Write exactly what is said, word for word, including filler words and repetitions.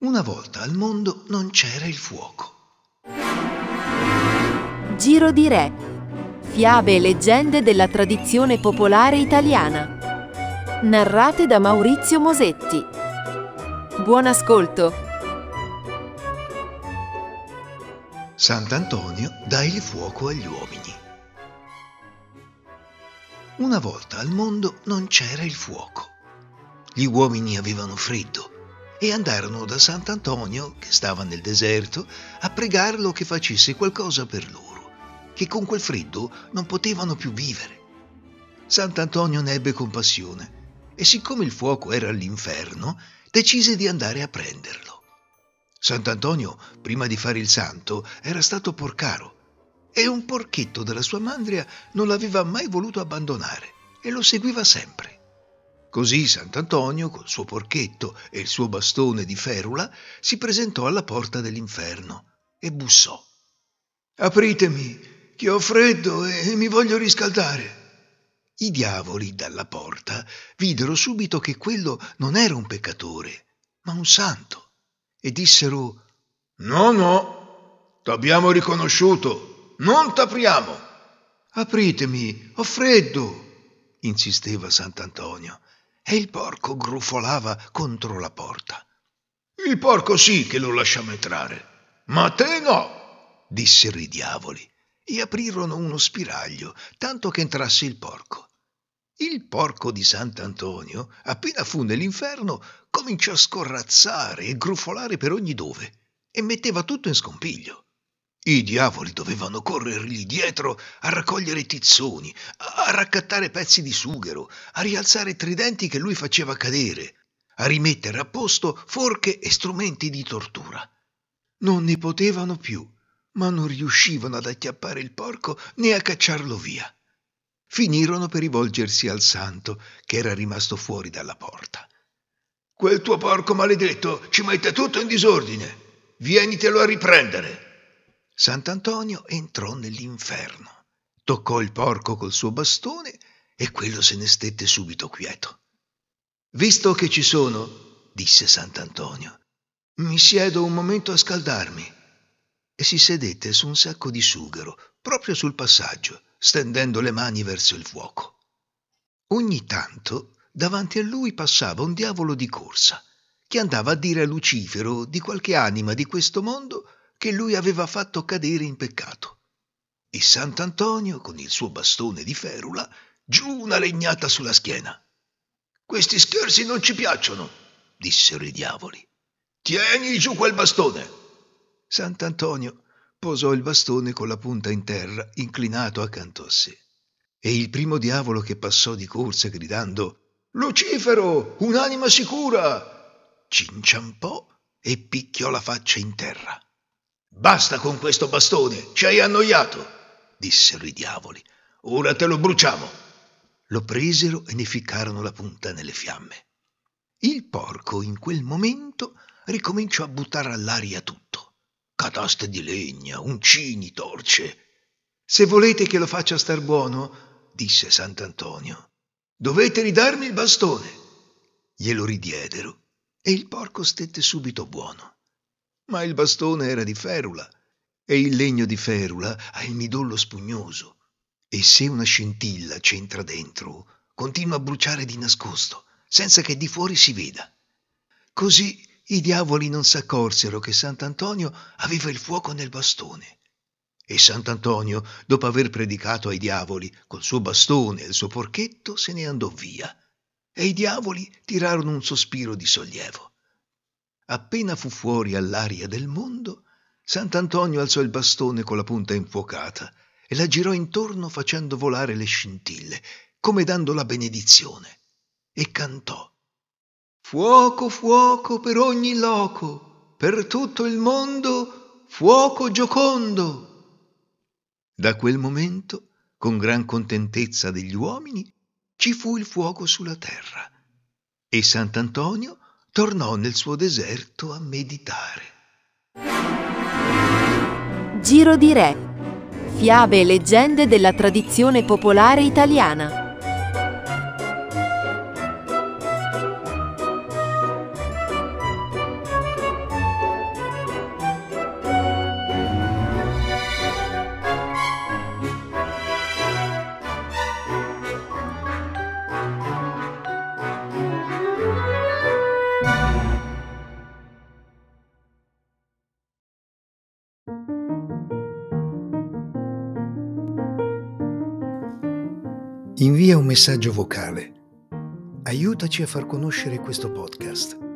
Una volta al mondo non c'era il fuoco. Giro di Re. Fiabe e leggende della tradizione popolare italiana. Narrate da Maurizio Mosetti. Buon ascolto. Sant'Antonio dà il fuoco agli uomini. Una volta al mondo non c'era il fuoco. Gli uomini avevano freddo e andarono da Sant'Antonio, che stava nel deserto, a pregarlo che facesse qualcosa per loro, che con quel freddo non potevano più vivere. Sant'Antonio ne ebbe compassione e, siccome il fuoco era all'inferno, decise di andare a prenderlo. Sant'Antonio, prima di fare il santo, era stato porcaro e un porchetto della sua mandria non l'aveva mai voluto abbandonare e lo seguiva sempre. Così Sant'Antonio, col suo porchetto e il suo bastone di ferula, si presentò alla porta dell'inferno e bussò. «Apritemi, che ho freddo e mi voglio riscaldare». I diavoli dalla porta videro subito che quello non era un peccatore, ma un santo, e dissero: «No, no, t'abbiamo riconosciuto, non t'apriamo». «Apritemi, ho freddo», insisteva Sant'Antonio, e il porco grufolava contro la porta. «Il porco sì che lo lasciamo entrare, ma te no», dissero i diavoli, e aprirono uno spiraglio, tanto che entrasse il porco. Il porco di Sant'Antonio, appena fu nell'inferno, cominciò a scorrazzare e grufolare per ogni dove e metteva tutto in scompiglio. I diavoli dovevano corrergli dietro a raccogliere tizzoni, a raccattare pezzi di sughero, a rialzare tridenti che lui faceva cadere, a rimettere a posto forche e strumenti di tortura. Non ne potevano più, ma non riuscivano ad acchiappare il porco né a cacciarlo via. Finirono per rivolgersi al santo, che era rimasto fuori dalla porta. «Quel tuo porco maledetto ci mette tutto in disordine. Vienitelo a riprendere». Sant'Antonio entrò nell'inferno, toccò il porco col suo bastone e quello se ne stette subito quieto. «Visto che ci sono», disse Sant'Antonio, «mi siedo un momento a scaldarmi». E si sedette su un sacco di sughero, proprio sul passaggio, stendendo le mani verso il fuoco. Ogni tanto davanti a lui passava un diavolo di corsa, che andava a dire a Lucifero di qualche anima di questo mondo che lui aveva fatto cadere in peccato. E Sant'Antonio, con il suo bastone di ferula, giù una legnata sulla schiena. «Questi scherzi non ci piacciono», dissero i diavoli. «Tieni giù quel bastone». Sant'Antonio posò il bastone con la punta in terra, inclinato accanto a sé. E il primo diavolo che passò di corsa gridando «Lucifero, un'anima sicura!» ci inciampò e picchiò la faccia in terra. «Basta con questo bastone, ci hai annoiato», dissero i diavoli. «Ora te lo bruciamo». Lo presero e ne ficcarono la punta nelle fiamme. Il porco in quel momento ricominciò a buttare all'aria tutto: cataste di legna, uncini, torce. «Se volete che lo faccia star buono», disse Sant'Antonio, «dovete ridarmi il bastone». Glielo ridiedero e il porco stette subito buono. Ma il bastone era di ferula e il legno di ferula ha il midollo spugnoso, e se una scintilla c'entra dentro continua a bruciare di nascosto senza che di fuori si veda. Così i diavoli non s'accorsero che Sant'Antonio aveva il fuoco nel bastone. E Sant'Antonio, dopo aver predicato ai diavoli col suo bastone e il suo porchetto, se ne andò via, e i diavoli tirarono un sospiro di sollievo. Appena fu fuori all'aria del mondo, Sant'Antonio alzò il bastone con la punta infuocata e la girò intorno facendo volare le scintille, come dando la benedizione, e cantò: «Fuoco, fuoco per ogni loco, per tutto il mondo, fuoco giocondo». Da quel momento, con gran contentezza degli uomini, ci fu il fuoco sulla terra, e Sant'Antonio tornò nel suo deserto a meditare. Giro di Re. Fiabe e leggende della tradizione popolare italiana. Invia un messaggio vocale. Aiutaci a far conoscere questo podcast.